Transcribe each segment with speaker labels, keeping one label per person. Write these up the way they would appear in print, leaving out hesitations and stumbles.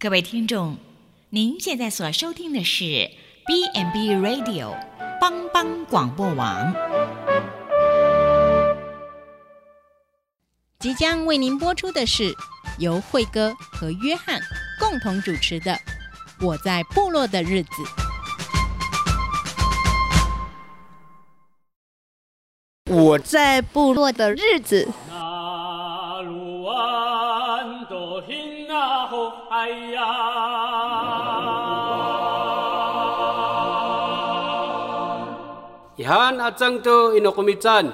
Speaker 1: 各位听众，您现在所收听的是 B&B Radio 帮帮广播网。
Speaker 2: 即将为您播出的是由慧哥和约翰共同主持的《我在部落的日子》。
Speaker 3: 我在部落的日子。
Speaker 4: Ihan atsang to inokumitsan.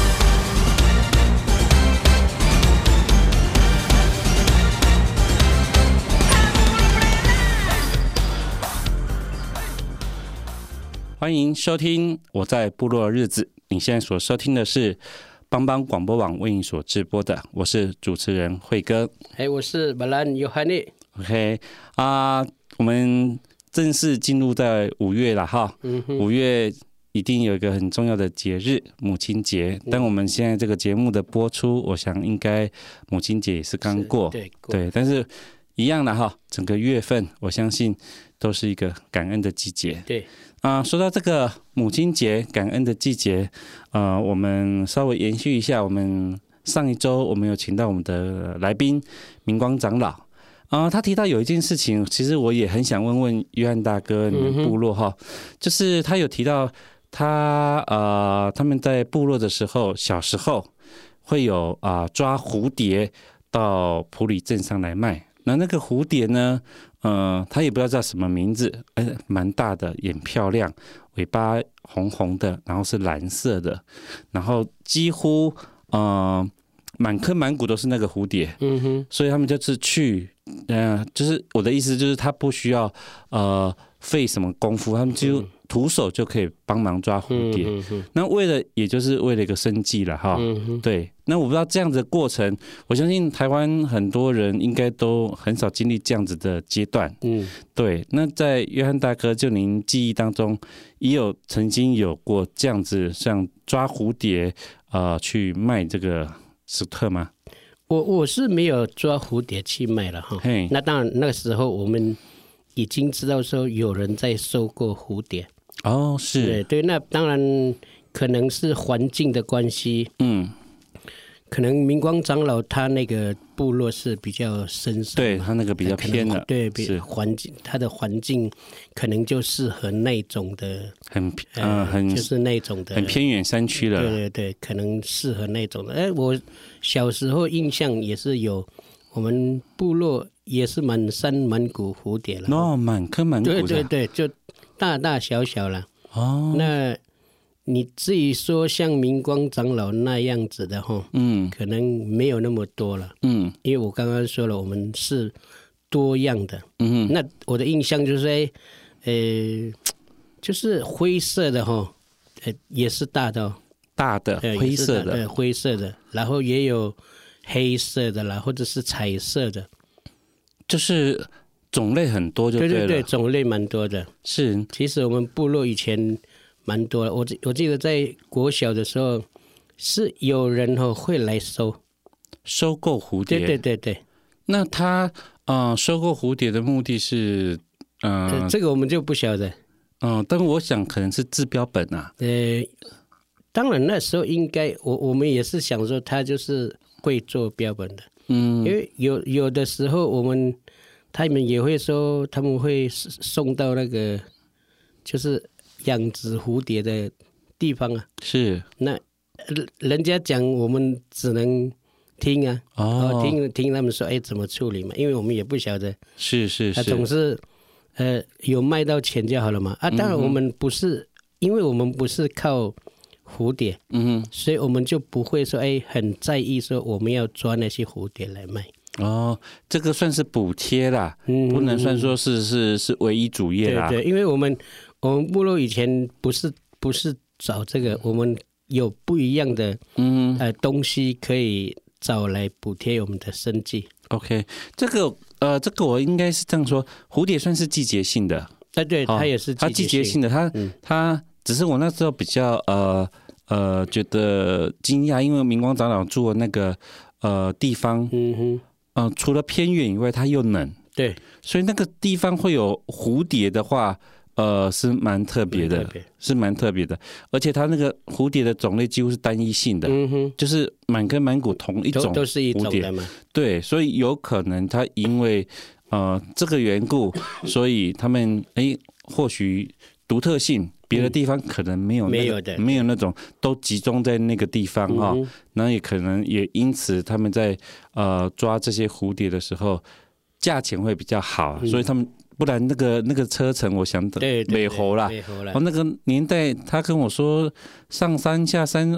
Speaker 5: 欢迎收听《我在部落的日子》。你现在所收听的是帮帮广播网为你所直播的，我是主持人慧哥。
Speaker 4: 我是马兰约翰尼。
Speaker 5: OK 我们正式进入在5月了哈。5月一定有一个很重要的节日，母亲节。但我们现在这个节目的播出，我想应该母亲节也是刚过，对，但是一样的哈，整个月份我相信都是一个感恩的季节。
Speaker 4: 对。
Speaker 5: 说到这个母亲节感恩的季节，我们稍微延续一下，我们上一周我们有请到我们的来宾明光长老，他提到有一件事情，其实我也很想问问约翰大哥你们部落哈，就是他有提到他们在部落的时候，小时候会有抓蝴蝶到埔里镇上来卖，那个蝴蝶呢？他也不知道叫什么名字，蛮大的，眼漂亮，尾巴红红的，然后是蓝色的，然后几乎满坑满谷都是那个蝴蝶，所以他们就是去，就是我的意思就是他不需要费什么功夫，他们就徒手就可以帮忙抓蝴蝶，那也就是为了一个生计了哈，对。那我不知道这样子的过程，我相信台湾很多人应该都很少经历这样子的阶段，对。那在约翰大哥就您记忆当中，也有曾经有过这样子像抓蝴蝶去卖这个史特吗？
Speaker 4: 我是没有抓蝴蝶去卖了哈。那当然那个时候我们已经知道说有人在收购蝴蝶。
Speaker 5: 是。
Speaker 4: 对，那当然可能是环境的关系，可能明光长老他那个部落是比较深山，
Speaker 5: 对，他那个比较偏的，
Speaker 4: 对，环境他的环境可能就适合那种的，就是那种的很
Speaker 5: 偏远山区了，
Speaker 4: 对，可能适合那种的。我小时候印象也是有，我们部落也是满山满谷蝴蝶了，
Speaker 5: 满坑满谷的，
Speaker 4: 对，就大大小小了。那你至于说像明光长老那样子的可能没有那么多了，因为我刚刚说了，我们是多样的，那我的印象就是就是灰色的也是大的
Speaker 5: 灰色的，
Speaker 4: 对，灰色的，然后也有黑色的啦，或者是彩色的，
Speaker 5: 就是种类很多就对了，
Speaker 4: 对，种类蛮多的。
Speaker 5: 是，
Speaker 4: 其实我们部落以前蛮多的，我记得在国小的时候是有人会来收购
Speaker 5: 蝴蝶，
Speaker 4: 对。
Speaker 5: 那他收购蝴蝶的目的是
Speaker 4: 这个我们就不晓得，
Speaker 5: 但我想可能是治标本啊。
Speaker 4: 当然那时候应该我们也是想说他就是会做标本的，因为有的时候他们也会说他们会送到那个就是养殖蝴蝶的地方啊，
Speaker 5: 是。那
Speaker 4: 人家讲我们只能听啊，听他们说怎么处理嘛，因为我们也不晓得，
Speaker 5: 是，
Speaker 4: 他总是有卖到钱就好了嘛。当然我们不是，因为我们不是靠蝴蝶，所以我们就不会说很在意说我们要抓那些蝴蝶来卖。
Speaker 5: 这个算是补贴啦，不能算说是唯一主业啦。
Speaker 4: 对，因为我们部落以前不是找这个，我们有不一样的东西可以找来补贴我们的生计。
Speaker 5: OK， 这个我应该是这样说，蝴蝶算是季节性的，
Speaker 4: 对，它也是
Speaker 5: 季节性的，它只是我那时候比较觉得惊讶，因为明光长老住的那个地方，除了偏远以外，它又冷，
Speaker 4: 对，
Speaker 5: 所以那个地方会有蝴蝶的话，是蛮特别的，是蛮特别的。而且它那个蝴蝶的种类几乎是单一性的，就是满根满谷同一种，
Speaker 4: 都是一种的嘛。
Speaker 5: 对，所以有可能它因为这个缘故，所以他们或许独特性。别的地方可能没有那种都集中在那个地方哈，那也可能也因此他们在抓这些蝴蝶的时候，价钱会比较好，所以他们不然那个车程，我想美猴啦，那个年代他跟我说上山下山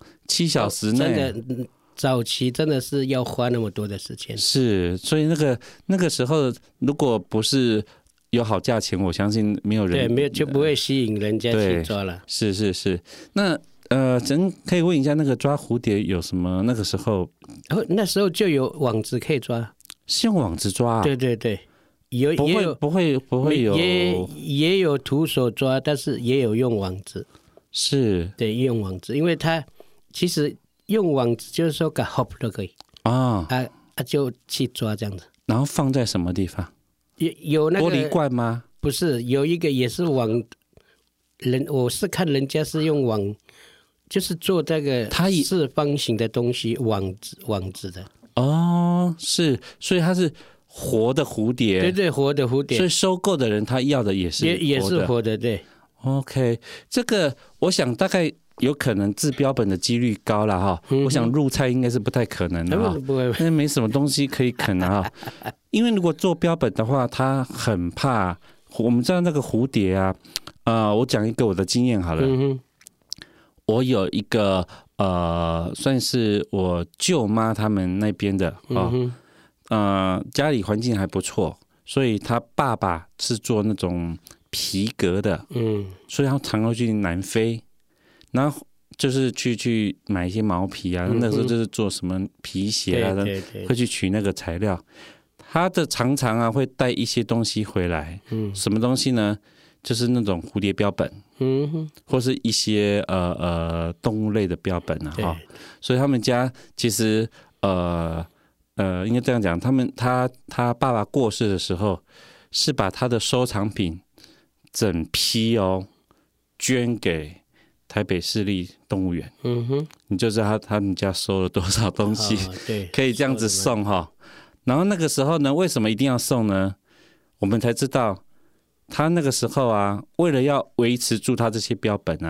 Speaker 5: 7小时内，
Speaker 4: 真的早期真的是要花那么多的时间，
Speaker 5: 是，所以那个时候如果不是。有好价钱，我相信没有人
Speaker 4: 对，没有就不会吸引人家去抓了。
Speaker 5: 是。那咱可以问一下，那个抓蝴蝶有什么？那个时候，
Speaker 4: 那时候就有网子可以抓，
Speaker 5: 是用网子抓。
Speaker 4: 对，
Speaker 5: 不会有，
Speaker 4: 也有徒手抓，但是也有用网子。
Speaker 5: 是，
Speaker 4: 对，用网子，因为它其实用网子就是说个 hop 都可以就去抓这样子。
Speaker 5: 然后放在什么地方？
Speaker 4: 有那个
Speaker 5: 玻璃罐吗？不
Speaker 4: 是，有一个也是网我是看人家是用网，就是做这个四方形的东西，网子的。
Speaker 5: 是，所以它是活的蝴蝶。
Speaker 4: 对，活的蝴蝶。
Speaker 5: 所以收购的人他要的也是
Speaker 4: 活的，对。
Speaker 5: OK， 这个我想大概有可能制标本的几率高了哈。我想入菜应该是不太可能的哈，
Speaker 4: 不会，
Speaker 5: 因为没什么东西可以啃啊。因为如果做标本的话，他很怕。我们知道那个蝴蝶啊，我讲一个我的经验好了。我有一个算是我舅妈他们那边的家里环境还不错，所以他爸爸是做那种皮革的，所以他常常去南非，然后就是去买一些毛皮啊，那时候就是做什么皮鞋啊，会去取那个材料。他的常常会带一些东西回来，什么东西呢？就是那种蝴蝶标本，或是一些动物类的标本哈。所以他们家其实应该这样讲，他爸爸过世的时候，是把他的收藏品整批捐给台北市立动物园。你就知道他们家收了多少东西，可以这样子送哈。然后那个时候呢，为什么一定要送呢？我们才知道，他那个时候为了要维持住他这些标本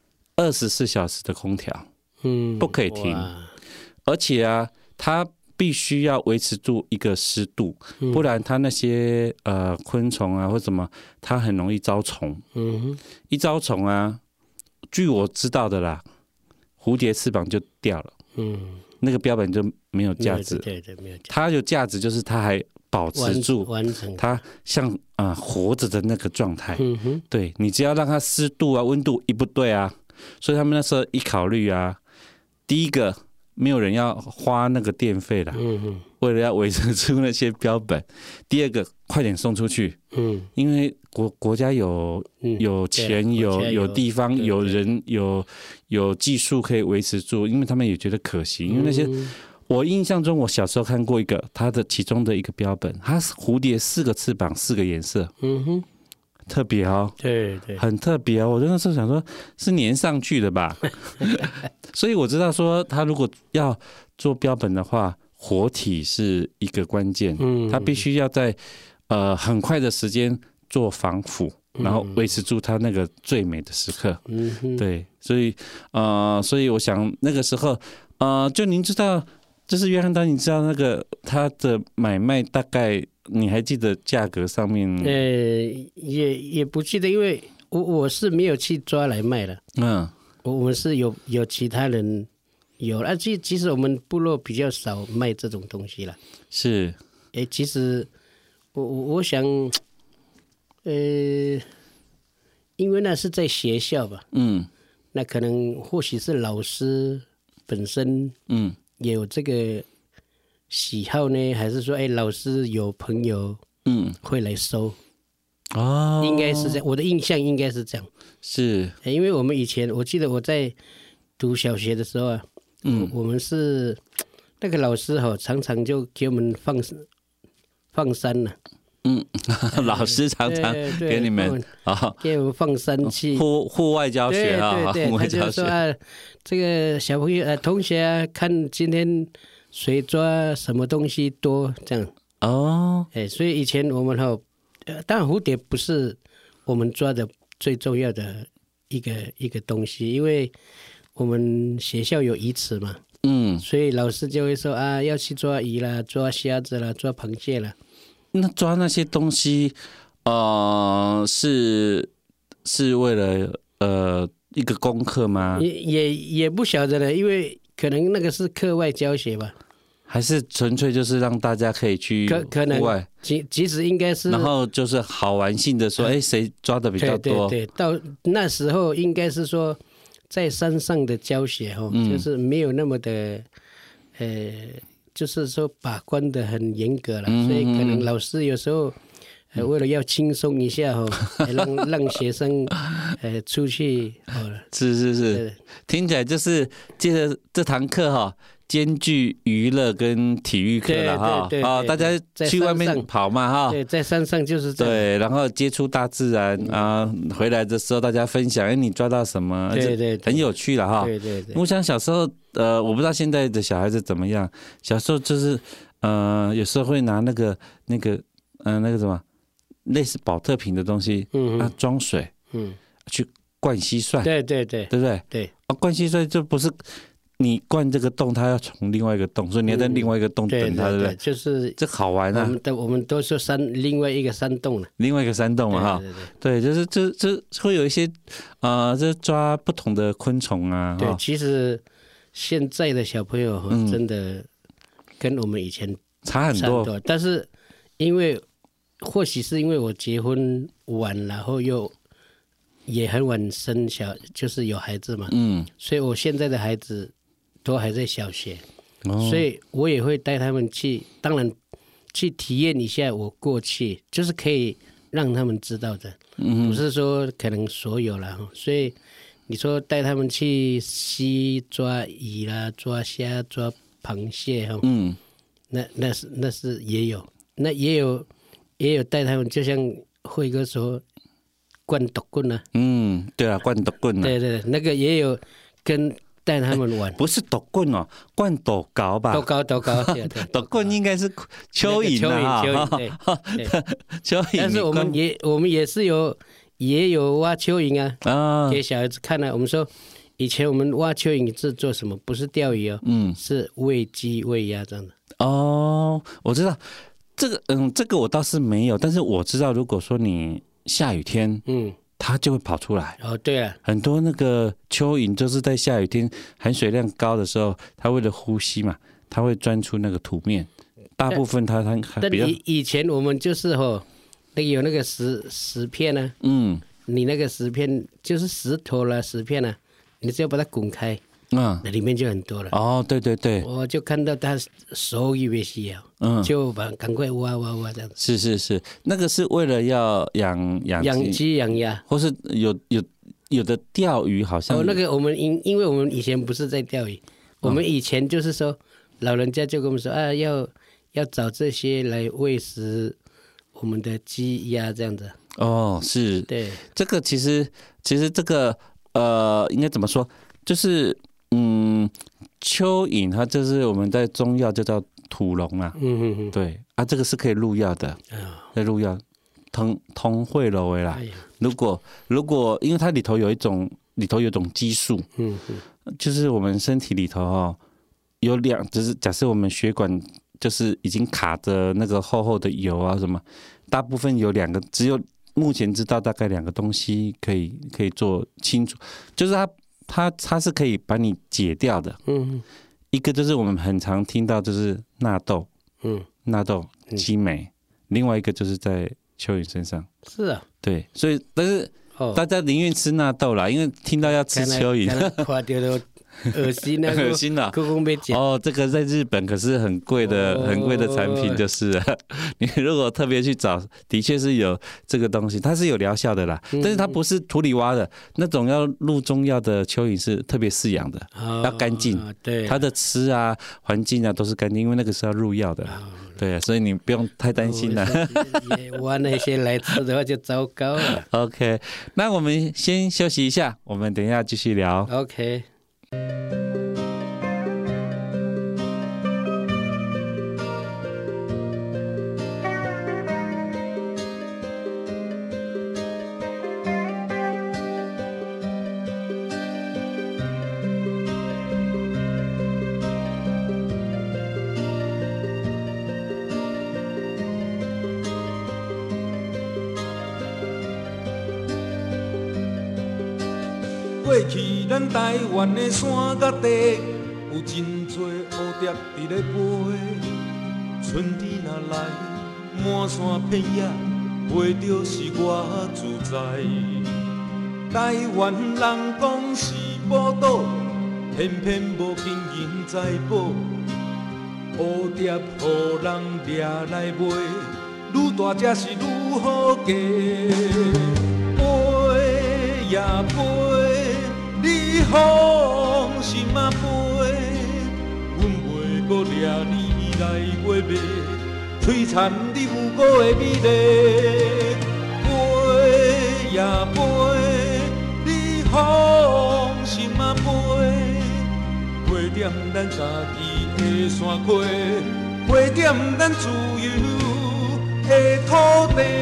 Speaker 5: 24小时的空调，不可以停，而且他必须要维持住一个湿度，不然他那些昆虫或什么，它很容易招虫。一招虫据我知道的啦，蝴蝶翅膀就掉了。那个标本就没有价值。对，没有价值。它有价值就是它还保持住
Speaker 4: 完成
Speaker 5: 它像活着的那个状态。对，你只要让它湿度温度一不对所以他们那时候一考虑第一个没有人要花那个电费啦，为了要维持住那些标本。第二个快点送出去，因为国家有钱有地方有人有技术可以维持住，因为他们也觉得可惜。因为那些我印象中，我小时候看过一个它的其中的一个标本，它是蝴蝶4个翅膀4个颜色，特别
Speaker 4: 对，
Speaker 5: 很特别我那时候想说是粘上去的吧，所以我知道说他如果要做标本的话，活体是一个关键，他必须要在很快的时间做防腐，然后维持住它那个最美的时刻。对，所以我想那个时候就您知道，就是约翰丹，你知道那个他的买卖大概你还记得价格上面？
Speaker 4: 也不记得，因为我是没有去抓来卖的。我们是有其他人有其实我们部落比较少卖这种东西了。
Speaker 5: 是，
Speaker 4: 其实我想，因为那是在学校吧，那可能或许是老师本身，也有这个喜好呢，还是说，老师有朋友，会来收，应该是这样，我的印象应该是这样，
Speaker 5: 是，
Speaker 4: 因为我们以前，我记得我在读小学的时候我们是那个老师常常就给我们放山了，
Speaker 5: 老师常常给你们
Speaker 4: 给我们放生气，
Speaker 5: 户外教学啊，
Speaker 4: 对，他就说啊，这个小朋友同学啊，看今天谁抓什么东西多这样哦，所以以前我们当然蝴蝶不是我们抓的最重要的一个东西，因为我们学校有鱼池嘛，所以老师就会说啊，要去抓鱼啦，抓虾子啦，抓螃蟹啦。
Speaker 5: 那抓那些东西，是为了一个功课吗？
Speaker 4: 也不晓得了，因为可能那个是课外教学吧，
Speaker 5: 还是纯粹就是让大家可以去
Speaker 4: 可能
Speaker 5: 户外，
Speaker 4: 即使应该是，然
Speaker 5: 后就是好玩性的说，谁抓的比较多？
Speaker 4: 对，到那时候应该是说在山上的教学就是没有那么的就是说把关的很严格了，所以可能老师有时候为了要轻松一下让学生出去
Speaker 5: 是，听起来就是借着这堂课兼具娱乐跟体育课了哈，大家去外面跑嘛哈，
Speaker 4: 对，在山上就是这样，
Speaker 5: 对，然后接触大自然啊，回来的时候大家分享，你抓到什么，
Speaker 4: 对，
Speaker 5: 很有趣了哈。
Speaker 4: 对，
Speaker 5: 我想小时候我不知道现在的小孩子怎么样，小时候就是有时候会拿那个什么类似保特瓶的东西，装水，去灌蟋蟀，
Speaker 4: 对
Speaker 5: 不对？
Speaker 4: 对，
Speaker 5: 灌蟋蟀就不是。你灌这个洞，它要从另外一个洞，所以你要在另外一个洞等它，对不对？
Speaker 4: 就是
Speaker 5: 这好玩啊！
Speaker 4: 我们都说另外一个山洞了，
Speaker 5: 另外一个山洞嘛，哈，对，就是这会有一些这抓不同的昆虫啊。
Speaker 4: 对，其实现在的小朋友真的跟我们以前
Speaker 5: 差很多，
Speaker 4: 但是或许是因为我结婚晚，然后又也很晚生就是有孩子嘛，所以我现在的孩子都还在小学，所以我也会带他们去，当然去体验一下我过去，就是可以让他们知道的，不是说可能所有啦，所以你说带他们去溪抓鱼啦、抓虾、抓螃蟹那是也有，那也有带他们，就像慧哥说灌斗棍啊，
Speaker 5: 对啊，灌斗棍啊，
Speaker 4: 对，那个也有跟带他们玩，
Speaker 5: 不是斗棍哦，灌斗高吧？
Speaker 4: 斗高，
Speaker 5: 斗棍应该是蚯蚓啊，
Speaker 4: 对，
Speaker 5: 蚯蚓。
Speaker 4: 但是我们也有挖蚯蚓啊，给小孩子看啊。我们说以前我们挖蚯蚓是做什么？不是钓鱼哦，是喂鸡喂鸭这样的。
Speaker 5: 哦，我知道这个，这个我倒是没有，但是我知道，如果说你下雨天，它就会跑出来。
Speaker 4: 哦，对了，
Speaker 5: 很多那个蚯蚓就是在下雨天含水量高的时候，它为了呼吸嘛，它会钻出那个土面。大部分它比较。
Speaker 4: 以前我们就是有那个石片呢，你那个石片就是石头啦，石片啊，你只要把它滚开，那里面就很多了。
Speaker 5: 哦，对，
Speaker 4: 我就看到它手以为需要，就赶快挖这样子。
Speaker 5: 是，那个是为了要养
Speaker 4: 鸡养鸭，或
Speaker 5: 是有的钓鱼好像。
Speaker 4: 那个我们因为我们以前不是在钓鱼，我们以前就是说老人家就跟我们说啊，要找这些来喂食我们的鸡鸭这样子。
Speaker 5: 哦，是，
Speaker 4: 对，
Speaker 5: 这个其实这个应该怎么说？就是蚯蚓它就是我们在中药就叫土龙啊，对啊，这个是可以入药的，在入药通会了啦。如果因为它里头有一种激素，就是我们身体里头有就是假设我们血管就是已经卡着那个厚厚的油啊什么，大部分有2个，只有目前知道大概2个东西可以做清楚，就是它是可以把你解掉的。一个就是我们很常听到就是纳豆，激酶，另外一个就是在蚯蚓身上。
Speaker 4: 是啊，
Speaker 5: 对，所以但是大家宁愿吃纳豆啦，因为听到要吃蚯蚓，
Speaker 4: 恶心啊，
Speaker 5: 恶心啊！
Speaker 4: 公公被讲
Speaker 5: 哦，这个在日本可是很贵的、很贵的产品，就是了。你如果特别去找，的确是有这个东西，它是有疗效的啦，但是它不是土里挖的那种，要入中药的蚯蚓是特别饲养的，要干净。
Speaker 4: 对，
Speaker 5: 它的吃啊、环境啊都是干净，因为那个是要入药的。对，所以你不用太担心了。
Speaker 4: 挖那些来吃的话就糟糕了。
Speaker 5: OK， 那我们先休息一下，我们等一下继续聊。
Speaker 4: OK。
Speaker 6: 过去咱台湾的山甲地，有真多蝴蝶伫咧飞。春天若来，满山遍野，飞着是我自在。台湾人讲是宝岛，偏偏无经人在保。蝴蝶予人掠来卖，愈大只是愈好价。飞呀飞。你放心啊飞，阮袂搁掠你来月卖，璀璨你有过的美丽。飞呀飞，你放心啊飞，飞踮咱家己的山溪，飞踮咱自由的土地。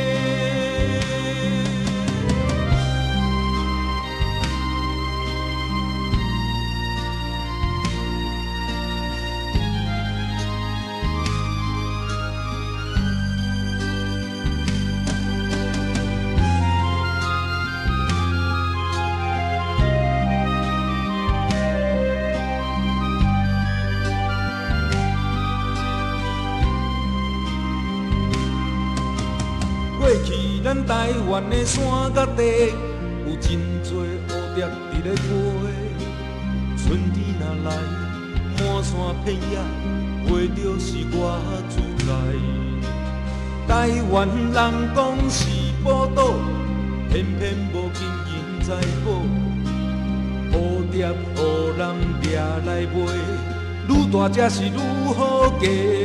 Speaker 6: 咱台湾的山甲地，有真多蝴蝶伫咧飞。春天若来，满山遍野，飞着是我自在。台湾人讲是宝岛，偏偏无经人在保。蝴蝶予人掠来卖，愈大只是愈好价。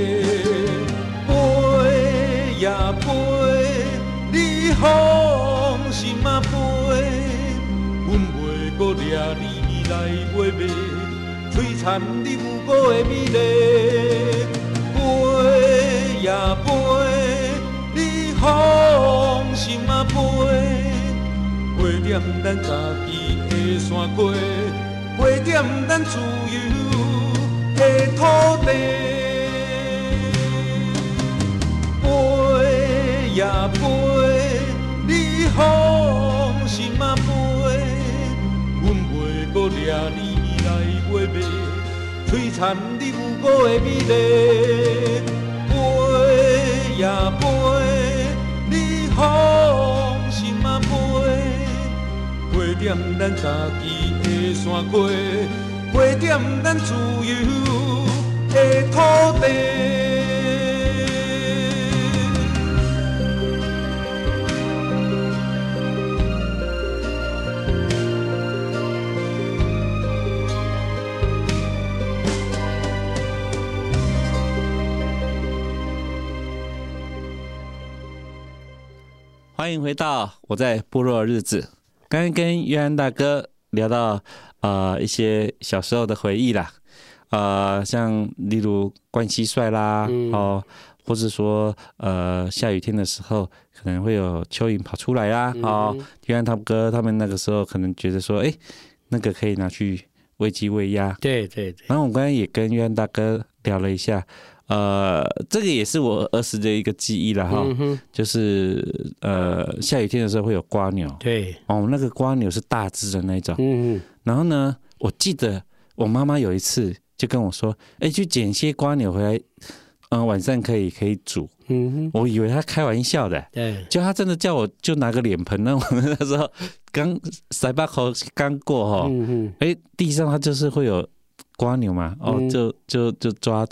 Speaker 6: 飞呀飞。你放心啊飞，阮袂搁掠你来月卖，璀璨你有过的美丽。飞呀飞，你放心啊飞，飞踮咱家己的山溪，飞踮咱自由的土地。飞呀飞。你放心啊飞，阮袂搁掠你来月卖，璀璨你有过的美丽。飞呀飞，你放心啊飞，飞踮咱家己的山溪，飞踮咱自由的土地。
Speaker 5: 欢迎回到我在部落的日子。刚刚跟约翰大哥聊到一些小时候的回忆啦，像例如灌蟋蟀啦，或者说下雨天的时候可能会有蚯蚓跑出来啦，约翰大哥他们那个时候可能觉得说，那个可以拿去喂鸡喂鸭。对对对。然后我刚才也跟约翰大哥聊了一下。这个也是我儿时的一个记忆了哈，就是下雨天的时候会有蝸牛，对，那个蝸牛是大只的那种，然后呢，我记得我妈妈有一次就跟我说，去捡些蝸牛回来，晚上可以煮，我以为她开玩笑的，对，就她真的叫我就拿个脸盆，那我们那时候刚塞巴口刚过哈，地上它就是会有蝸牛嘛，就抓，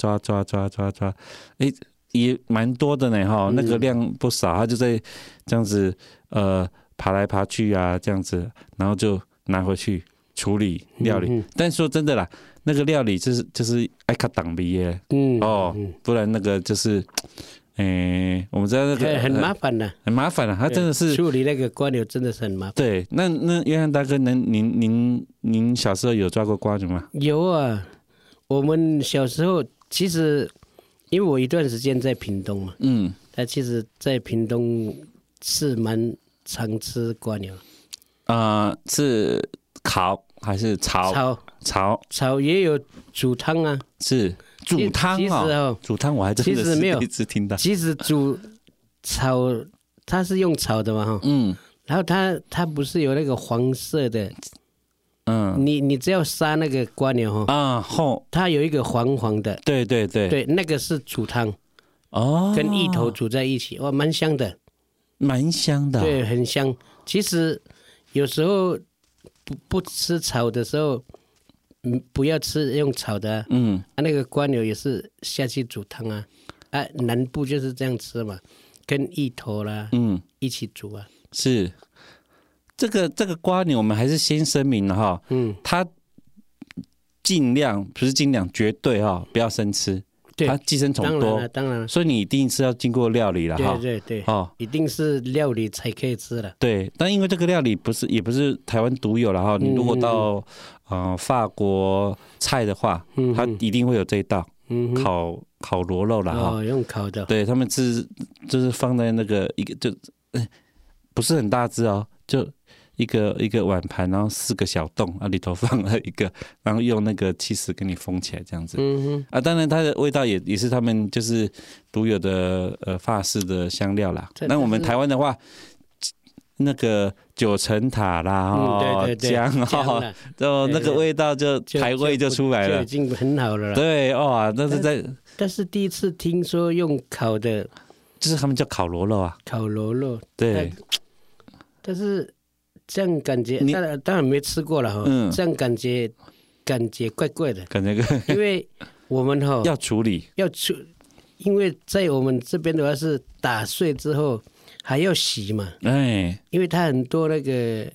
Speaker 5: 也蛮多的呢哈，那个量不少，它就在这样子爬来爬去啊，这样子，然后就拿回去处理料理。但说真的啦，那个料理就是爱卡挡鼻耶，不然那个就是，我们知道那个
Speaker 4: 很麻烦的，
Speaker 5: 很麻烦的，它真的是
Speaker 4: 处理那个蝸牛真的是很麻烦。
Speaker 5: 对，那约翰大哥，您小时候有抓过蝸牛吗？
Speaker 4: 有啊，我们小时候其实。因为我一段时间在屏东嘛，但其实，在屏东是蛮常吃蝸牛。
Speaker 5: 是烤还是炒？炒
Speaker 4: 也有煮汤啊。是
Speaker 5: 煮汤哦，煮汤我还真的是第一次听到。
Speaker 4: 其实炒，它是用炒的嘛哈。然后它不是有那个黄色的。你只要杀那个蝸牛它有一个黄黄的，对，那个是煮汤跟芋头煮在一起，哇，蛮香的，对，很香。其实有时候不吃炒的时候，不要吃用炒的那个蝸牛也是下去煮汤啊，南部就是这样吃嘛，跟芋头啦，一起煮啊，
Speaker 5: 是。这个蝸牛，我们还是先声明了哈，它尽量不是尽量，绝对不要生吃，它寄生虫多，
Speaker 4: 当然了，
Speaker 5: 所以你一定是要经过料理了哈，
Speaker 4: 对，一定是料理才可以吃的，
Speaker 5: 对。但因为这个料理也不是台湾独有了哈，你如果到法国菜的话，它一定会有这一道，烤螺肉了哈，
Speaker 4: 用烤的，
Speaker 5: 对，他们就是放在那个一个就不是很大只就一个碗盘，然后4个小洞里头放了一个，然后用那个起司给你封起来这样子。当然它的味道也是他们就是独有的法式的香料啦。那我们台湾的话，那个九层塔啦，姜就那个味道就台味就出来了，
Speaker 4: 就已经很好了啦。
Speaker 5: 对但是
Speaker 4: 第一次听说用烤的，
Speaker 5: 就是他们叫烤螺肉啊，
Speaker 4: 烤螺肉，
Speaker 5: 对。
Speaker 4: 但是这样感觉，当然没吃过了哈。这样感觉怪怪的，因为我们
Speaker 5: 要处理，
Speaker 4: 因为在我们这边的话是打碎之后还要洗嘛，因为它很多那个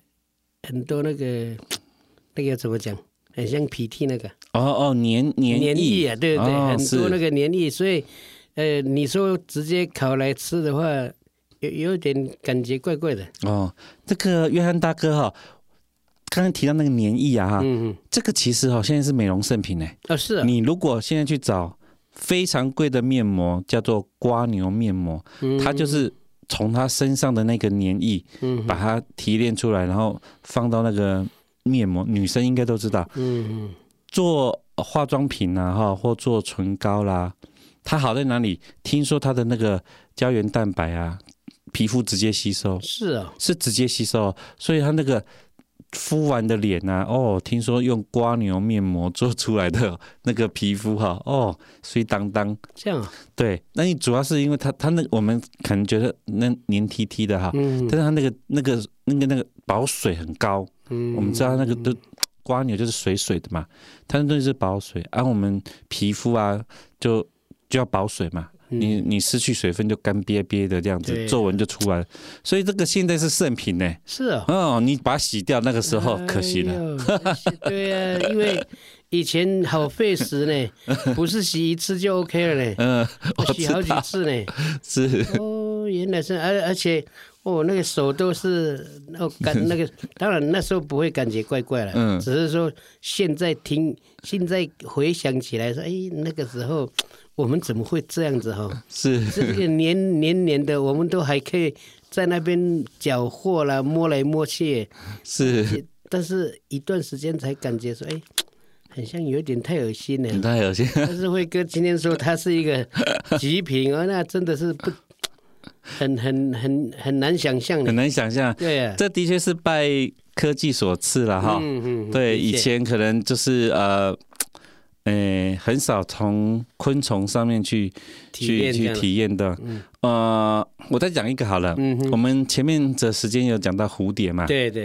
Speaker 4: 怎么讲，很像鼻涕那个
Speaker 5: 黏
Speaker 4: 液啊，对，很多那个黏液，所以你说直接烤来吃的话。有点感觉怪怪的
Speaker 5: 这个约翰大哥刚才提到那个黏液啊这个其实现在是美容圣品
Speaker 4: 是啊。
Speaker 5: 你如果现在去找非常贵的面膜，叫做蝸牛面膜，它就是从它身上的那个黏液把它提炼出来，然后放到那个面膜，女生应该都知道做化妆品啊或做唇膏啦，它好在哪里？听说它的那个胶原蛋白啊皮肤直接吸收，是直接吸收，所以他那个敷完的脸啊，听说用蝸牛面膜做出来的那个皮肤水当当，
Speaker 4: 这样
Speaker 5: 对。那你主要是因为他那我们可能觉得那黏 T T 的但是他那个保水很高，我们知道那个都蝸牛就是水的嘛，它那东西是保水，我们皮肤啊就要保水嘛。你失去水分就干瘪瘪的这样子，皱纹就出来了，所以这个现在是圣品呢。
Speaker 4: 是
Speaker 5: 你把它洗掉，那个时候可惜了。
Speaker 4: 对啊，因为以前好费时呢，不是洗一次就 OK 了呢，我洗好几次呢。
Speaker 5: 是
Speaker 4: 原来是，而且那个手都是那个，当然那时候不会感觉怪怪了，只是说现在回想起来说，那个时候。我们怎么会这样子
Speaker 5: 是
Speaker 4: 这个黏的，我们都还可以在那边搅和啦，摸来摸去。
Speaker 5: 是，
Speaker 4: 但是一段时间才感觉说，很像有点太恶心了。
Speaker 5: 太恶心。
Speaker 4: 但是辉哥今天说它是一个极品那真的是很难想象。
Speaker 5: 很难想象。
Speaker 4: 对啊，
Speaker 5: 这的确是拜科技所赐了对，以前可能就是很少从昆虫上面去体验的。我再讲一个好了。我们前面的时间有讲到蝴蝶嘛？
Speaker 4: 对。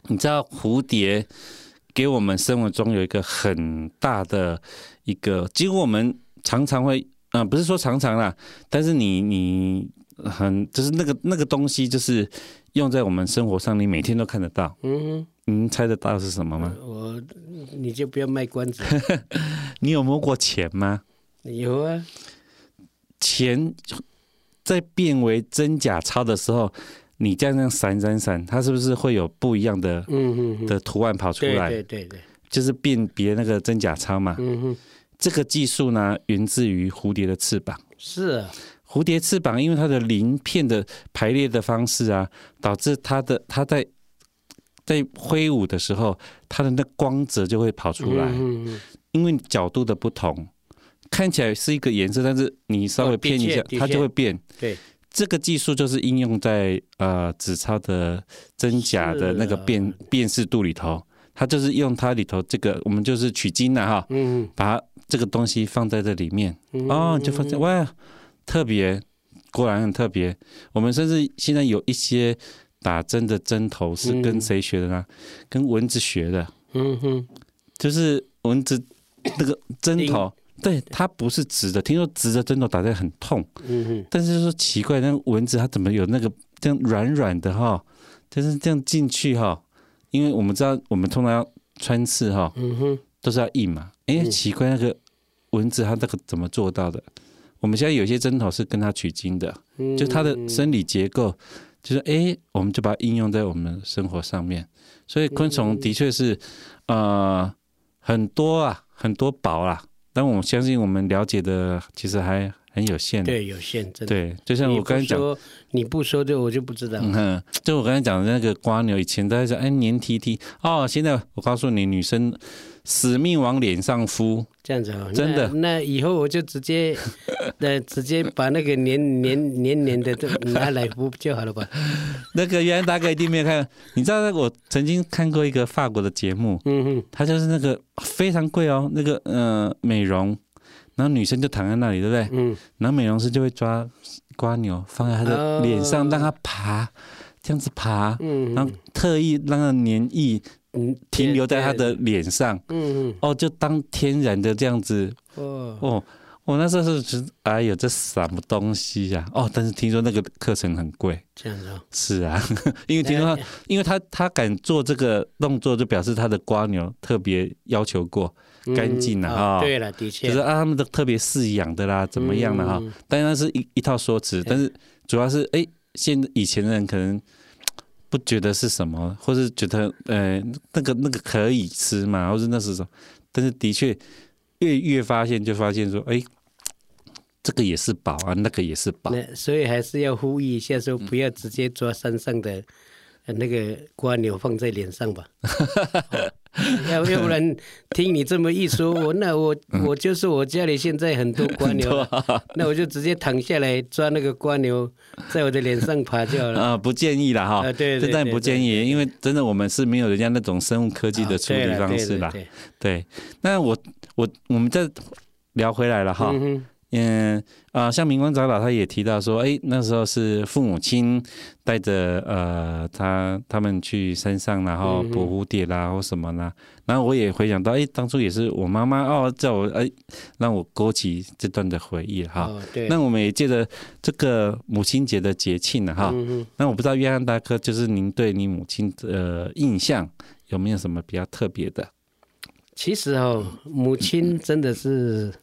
Speaker 5: 你知道蝴蝶给我们生活中有一个很大的一个，几乎我们常常会，不是说常常啦，但是你就是那个东西，就是用在我们生活上，你每天都看得到。您猜得到是什么吗？
Speaker 4: 你就不要卖关子。
Speaker 5: 你有摸过钱吗？
Speaker 4: 有啊。
Speaker 5: 钱在变为真假钞的时候，你这样闪，它是不是会有不一样的的图案跑出来？
Speaker 4: 对，
Speaker 5: 就是辨别那个真假钞嘛。这个技术呢，源自于蝴蝶的翅膀。
Speaker 4: 是啊。
Speaker 5: 蝴蝶翅膀因为它的鳞片的排列的方式啊，导致它在挥舞的时候，它的那光泽就会跑出来。因为角度的不同，看起来是一个颜色，但是你稍微偏一下，它就会变。
Speaker 4: 对，
Speaker 5: 这个技术就是应用在纸钞的真假的那个辨识度里头。它就是用它里头这个，我们就是取经了哈，把它这个东西放在这里面，就发现哇，特别，果然很特别。我们甚至现在有一些打针的针头是跟谁学的呢？跟蚊子学的。就是蚊子那个针头，对，它不是直的。听说直的针头打在很痛。但是说奇怪，那蚊子它怎么有那个这样软软的哈？就是这样进去哈。因为我们知道，我们通常要穿刺哈，都是要硬嘛。奇怪，那个蚊子它那个怎么做到的？我们现在有些针头是跟它取经的，就它的生理结构，就是我们就把它应用在我们生活上面。所以昆虫的确是很多啊，很多宝啦。但我相信我们了解的其实还很有限。
Speaker 4: 对，有限，真的。
Speaker 5: 对，就像我刚才讲，
Speaker 4: 你不说的我就不知道。
Speaker 5: 就我刚才讲的那个瓜牛，以前大家讲黏 T 现在我告诉你，女生死命往脸上敷，
Speaker 4: 这样子
Speaker 5: 真的。
Speaker 4: 那以后我就直接把那个黏的拿来敷就好了吧？
Speaker 5: 那个原来大概一定没有看，你知道我曾经看过一个法国的节目，它就是那个非常贵哦，那个美容。然后女生就躺在那里，对不对？然后美容师就会抓瓜牛放在她的脸上，让她爬，这样子爬，然后特意让她黏液停留在她的脸上，就当天然的这样子。我那时候是觉得，哎呦，这什么东西呀？但是听说那个课程很贵。
Speaker 4: 这样子。
Speaker 5: 是啊，因为听说因为他敢做这个动作，就表示他的瓜牛特别要求过。干净啊，
Speaker 4: 对了，的确，
Speaker 5: 就是他们都特别饲养的啦，怎么样的哈？当然那是一套说辞，但是主要是以前的人可能不觉得是什么，或是觉得那个可以吃嘛，或是那是什么？但是的确越发现就发现说，这个也是宝啊，那个也是宝。
Speaker 4: 所以还是要呼吁一下，说不要直接抓山上的那个瓜牛放在脸上吧。要不然听你这么一说，我就是我家里现在很多瓜牛，那我就直接躺下来抓那个瓜牛，在我的脸上爬就好了。
Speaker 5: 不建议啦哈，
Speaker 4: 对，
Speaker 5: 真的不建议，因为真的我们是没有人家那种生物科技的处理方式啦。对，那我们再聊回来了哈。像明光长老他也提到说，那时候是父母亲带着他们去山上，然后捕蝴蝶啦或什么啦，然后我也回想到，当初也是我妈妈叫我让我勾起这段的回忆哈。那我们也借着这个母亲节的节庆了哈。那我不知道约翰大哥，就是您对你母亲的印象有没有什么比较特别的？
Speaker 4: 其实母亲真的是。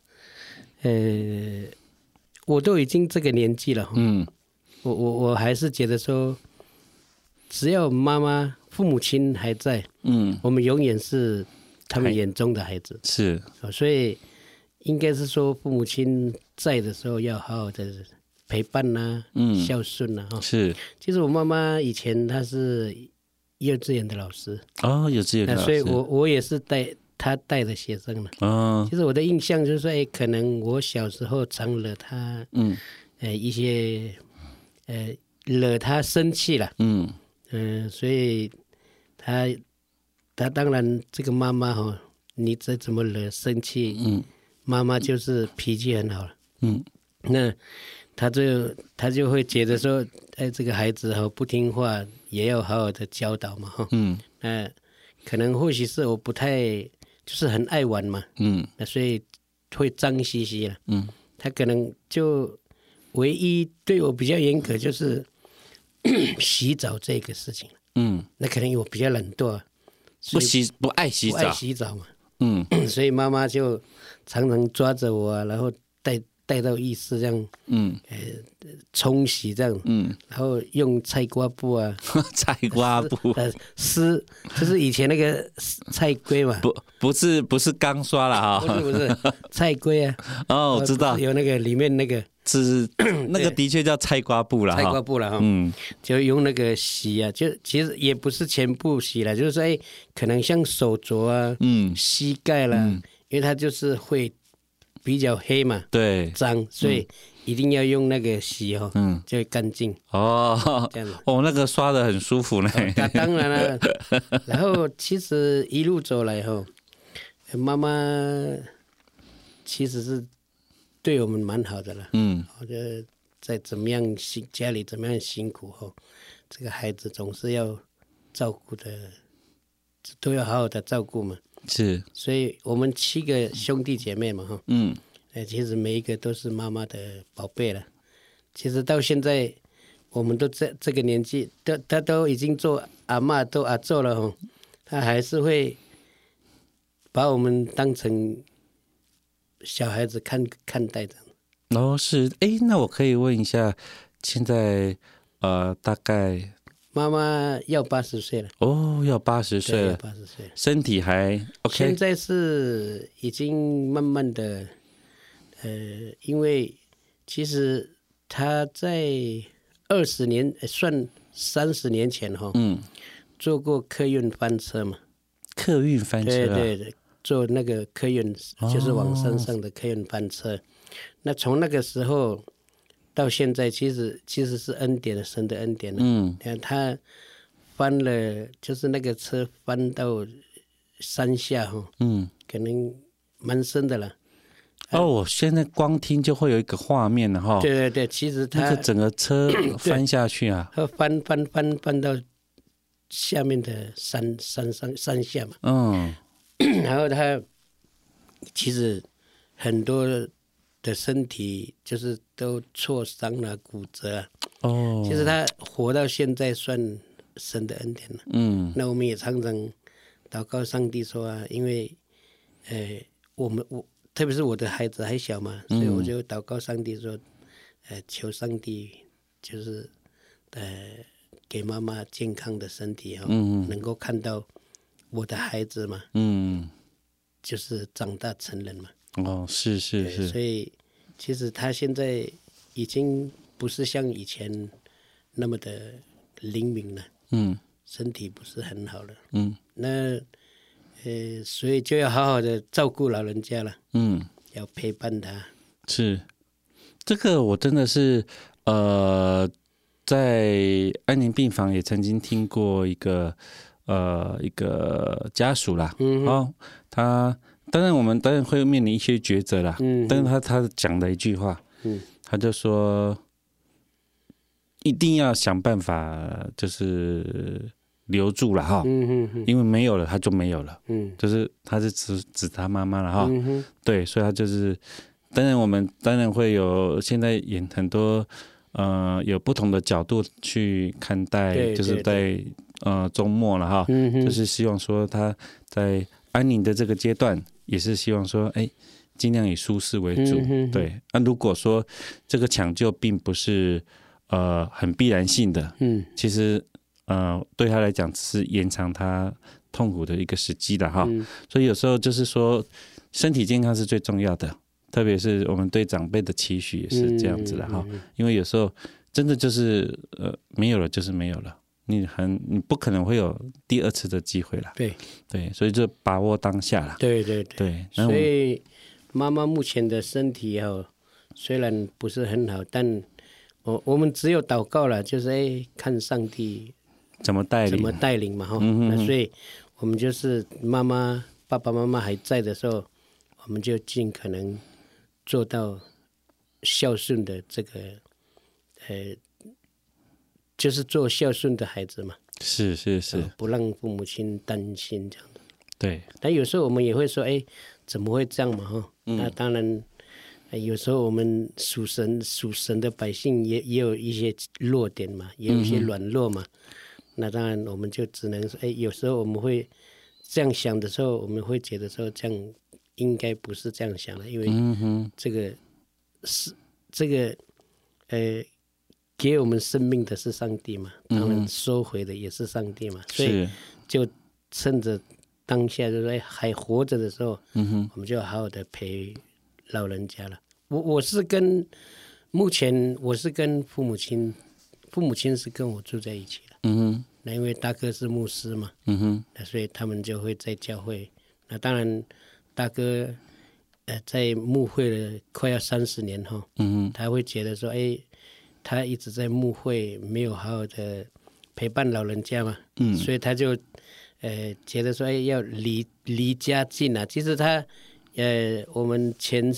Speaker 4: 我都已经这个年纪了，我还是觉得说，只要父母亲还在，我们永远是他们眼中的孩子，
Speaker 5: 是，
Speaker 4: 所以应该是说父母亲在的时候要好好的陪伴呐，孝顺呐，
Speaker 5: 是。
Speaker 4: 其实我妈妈以前她是幼稚园的老师，
Speaker 5: 幼稚园的老师，
Speaker 4: 所以我也是他带的学生了。其实我的印象就是说，可能我小时候常惹他，一些，惹他生气了，所以他当然这个妈妈你再怎么惹生气，妈妈就是脾气很好了，那他就会觉得说，这个孩子不听话， 也要好好的教导嘛哈。那可能或许是我不太就是很爱玩嘛，那所以会脏兮兮了。他可能就唯一对我比较严格就是洗澡这个事情。那可能因为我比较懒惰啊，
Speaker 5: 不爱洗澡，
Speaker 4: 不爱洗澡嘛。所以妈妈就常常抓着我啊，然后带到浴室这样，冲洗这样，然后用菜瓜布啊，
Speaker 5: 菜瓜布
Speaker 4: 湿，就是以前那个菜龟嘛，
Speaker 5: 不是钢刷啦哈，
Speaker 4: 不是菜龟啊，
Speaker 5: 我知道
Speaker 4: 有那个里面那个
Speaker 5: 是那个的确叫菜瓜布啦，
Speaker 4: 菜瓜布啦哈，就用那个洗啊，就其实也不是全部洗了，就是说可能像手肘啊，膝盖啦，因为它就是会比较黑嘛，对，脏，所以一定要用那个洗哦，就会干净哦。这样子
Speaker 5: 那个刷得很舒服呢。
Speaker 4: 当然了，然后其实一路走来后，妈妈其实是对我们蛮好的了。我觉得再怎么样家里怎么样辛苦后，这个孩子总是要照顾的，都要好好的照顾嘛。
Speaker 5: 是，
Speaker 4: 所以我们7个兄弟姐妹嘛，哈，其实每一个都是妈妈的宝贝了。其实到现在，我们都这个年纪，他都已经做阿嬷都阿祖了哈，他还是会把我们当成小孩子看待的。
Speaker 5: 是，那我可以问一下，现在大概。
Speaker 4: 妈妈要80岁了
Speaker 5: 要80岁了
Speaker 4: ，80岁，身
Speaker 5: 体还 OK。
Speaker 4: 现在是已经慢慢的，因为其实他在20年算30年前哈，坐过客运翻车嘛，
Speaker 5: 客运翻车，
Speaker 4: 对，坐那个客运就是往山上的客运翻车，那从那个时候。到现在其实是恩典的，神的恩典了。你看他翻了，就是那个车翻到山下哈，可能蛮深的了。
Speaker 5: 我现在光听就会有一个画面了哈。
Speaker 4: 对，其实他
Speaker 5: 那个整个车翻下去啊，
Speaker 4: 他翻到下面的山下嘛。然后他其实很多的身体就是都挫伤了、骨折啊。其实他活到现在算神的恩典了。那我们也常常祷告上帝说啊，因为我特别是我的孩子还小嘛，所以我就祷告上帝说，求上帝就是给妈妈健康的身体能够看到我的孩子嘛，就是长大成人嘛。
Speaker 5: 是，
Speaker 4: 所以其实他现在已经不是像以前那么的灵敏了，身体不是很好了，那所以就要好好的照顾老人家了，要陪伴他。
Speaker 5: 是，这个我真的是在安宁病房也曾经听过一个家属啦，他。我们当然会面临一些抉择啦，但是他讲了一句话，他就说一定要想办法就是留住了哈，因为没有了他就没有了，就是他是指他妈妈了哈，对，所以他就是当然我们当然会有现在也很多有不同的角度去看待，就是在周末了哈，就是希望说他在安宁的这个阶段。也是希望说，尽量以舒适为主。对，如果说这个抢救并不是很必然性的，其实对他来讲只是延长他痛苦的一个时机的哈。所以有时候就是说，身体健康是最重要的，特别是我们对长辈的期许也是这样子的哈。因为有时候真的就是没有了就是没有了。你不可能会有第2次的机会了，对，所以就把握当下了。对，
Speaker 4: 所以妈妈目前的身体虽然不是很好，但我们只有祷告了，就是看上帝
Speaker 5: 怎么带
Speaker 4: 领嘛哈。那所以我们就是爸爸妈妈还在的时候，我们就尽可能做到孝顺的这个就是做孝顺的孩子嘛，
Speaker 5: 是，
Speaker 4: 不让父母亲担心这样的。
Speaker 5: 对。
Speaker 4: 但有时候我们也会说，哎，怎么会这样嘛？哈，那当然，有时候我们属神的百姓也有一些弱点嘛，也有一些软弱嘛。那当然，我们就只能说，哎，有时候我们会这样想的时候，我们会觉得说，这样应该不是这样想的，因为这个是给我们生命的是上帝嘛，当然收回的也是上帝嘛，所以就趁着当下就是说还活着的时候，我们就好好的陪老人家了。目前我是跟父母亲是跟我住在一起的。那因为大哥是牧师嘛，那所以他们就会在教会。那当然，大哥在牧会了快要30年后，他会觉得说，哎，他一直在牧会，没有好好的陪伴老人家嘛，所以他就觉得说，哎，要离家近啊。其实他我们前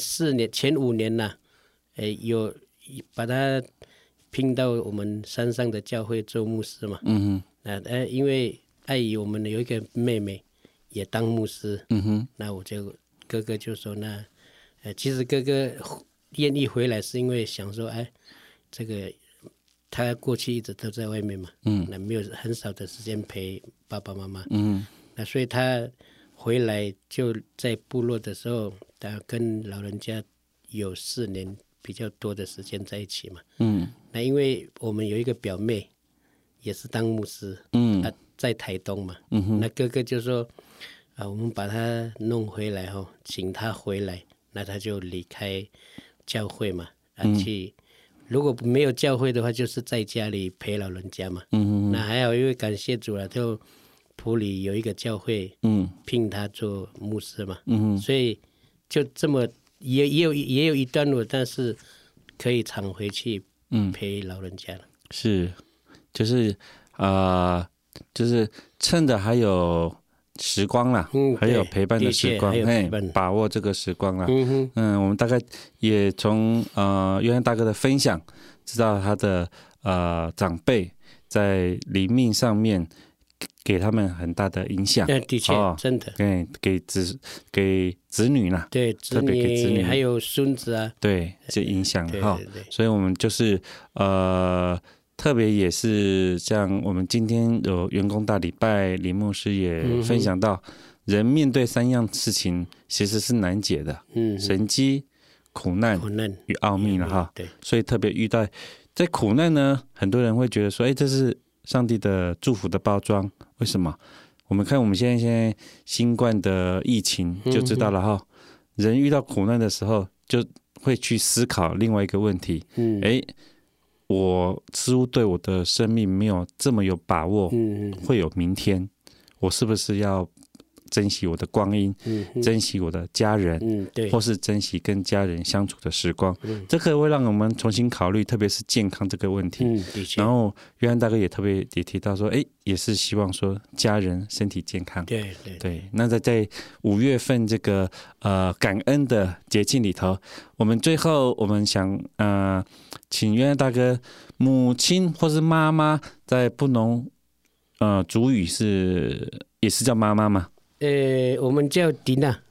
Speaker 4: 5年呐，有把他聘到我们山上的教会做牧师嘛。因为碍于我们有一个妹妹也当牧师，那哥哥就说，那其实哥哥愿意回来是因为想说，哎，这个他过去一直都在外面嘛，那没有很少的时间陪爸爸妈妈，那所以他回来就在部落的时候，他跟老人家有4年比较多的时间在一起嘛。那因为我们有一个表妹也是当牧师，在台东嘛，那哥哥就说，我们把他弄回来后，请他回来，那他就离开教会嘛，去。如果没有教会的话，就是在家里陪老人家嘛。那还好，因为感谢主了，就埔里有一个教会，聘他做牧师嘛。所以就这么也有一段路，但是可以常回去陪老人家了。
Speaker 5: 是，就是就是趁着还有时光啦，还有陪伴的时光，把握这个时光啦。我们大概也从约翰大哥的分享，知道他的长辈在灵命上面给他们很大的影响。
Speaker 4: 的确，真的。
Speaker 5: 给子女啦，
Speaker 4: 对，
Speaker 5: 特别给子女，
Speaker 4: 还有孙子啊，
Speaker 5: 对，这影响哈。所以我们就是特别也是像我们今天有员工大礼拜，林牧师也分享到，人面对3样事情其实是难解的，神机、苦难与奥秘了哈。所以特别遇到在苦难呢，很多人会觉得说，哎，这是上帝的祝福的包装。为什么？我们看我们现在新冠的疫情就知道了哈。人遇到苦难的时候，就会去思考另外一个问题，我似乎对我的生命没有这么有把握，会有明天，我是不是要珍惜我的光阴，珍惜我的家人，或是珍惜跟家人相处的时光，这个会让我们重新考虑，特别是健康这个问题。然后约翰大哥也特别也提到说，也是希望说家人身体健康。对。那在5月份这个感恩的节庆里头，我们最后我们想请约翰大哥，母亲或是妈妈在布农族语也是叫妈妈吗？
Speaker 4: 我们叫迪娜。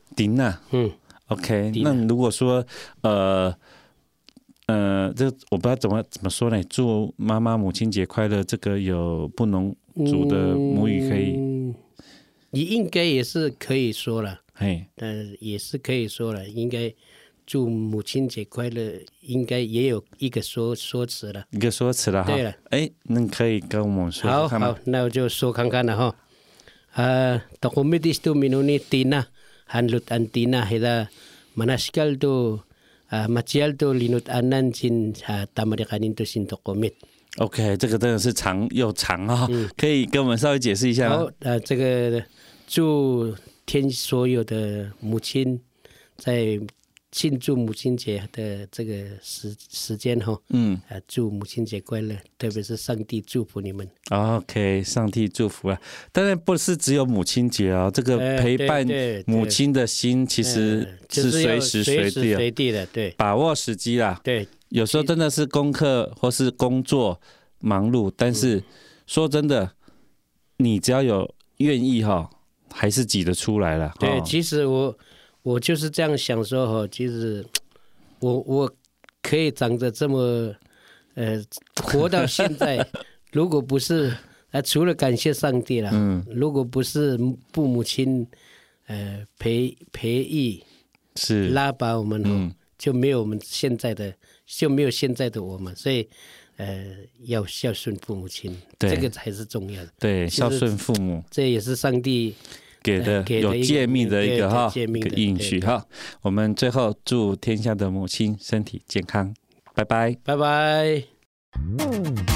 Speaker 5: OK， 那如果说这我不知道怎么说呢？祝妈妈母亲节快乐，这个有布农族的母语可以，
Speaker 4: 你应该也是可以说了，也是可以说了，应该祝母亲节快乐，应该也有一个说辞了，对了，
Speaker 5: 那可以跟我们说看吗？
Speaker 4: 好，那我就说看看了哈。Dokumidis tu minuni tina hanlut antina hida manaskal tu macial tu linut anan sin tamadikanin tu sin dokumid。
Speaker 5: OK， 这个真的是长又长啊，可以跟我们稍微解释一下吗？
Speaker 4: 好，这个祝天所有的母亲在庆祝母亲节的这个时间哈，祝母亲节快乐，特别是上帝祝福你们。
Speaker 5: OK， 上帝祝福啊！当然不是只有母亲节哦，这个陪伴母亲的心其实是随时随地
Speaker 4: 的，对，
Speaker 5: 把握时机啦。
Speaker 4: 对，
Speaker 5: 有时候真的是功课或是工作忙碌，但是说真的，你只要有愿意哈，还是挤得出来了。
Speaker 4: 对，其实我就是这样想说哈，其实我可以长得这么活到现在，如果不是除了感谢上帝啦，如果不是父母亲培育
Speaker 5: 是
Speaker 4: 拉拔我们就没有我们现在的，就没有现在的我们，所以要孝顺父母亲，这个才是重要的。
Speaker 5: 对，孝顺父母，
Speaker 4: 这也是上帝
Speaker 5: 给的有诫命的一个哈
Speaker 4: 一个
Speaker 5: 应许哈。我们最后祝天下的母亲身体健康，拜拜，
Speaker 4: 拜拜。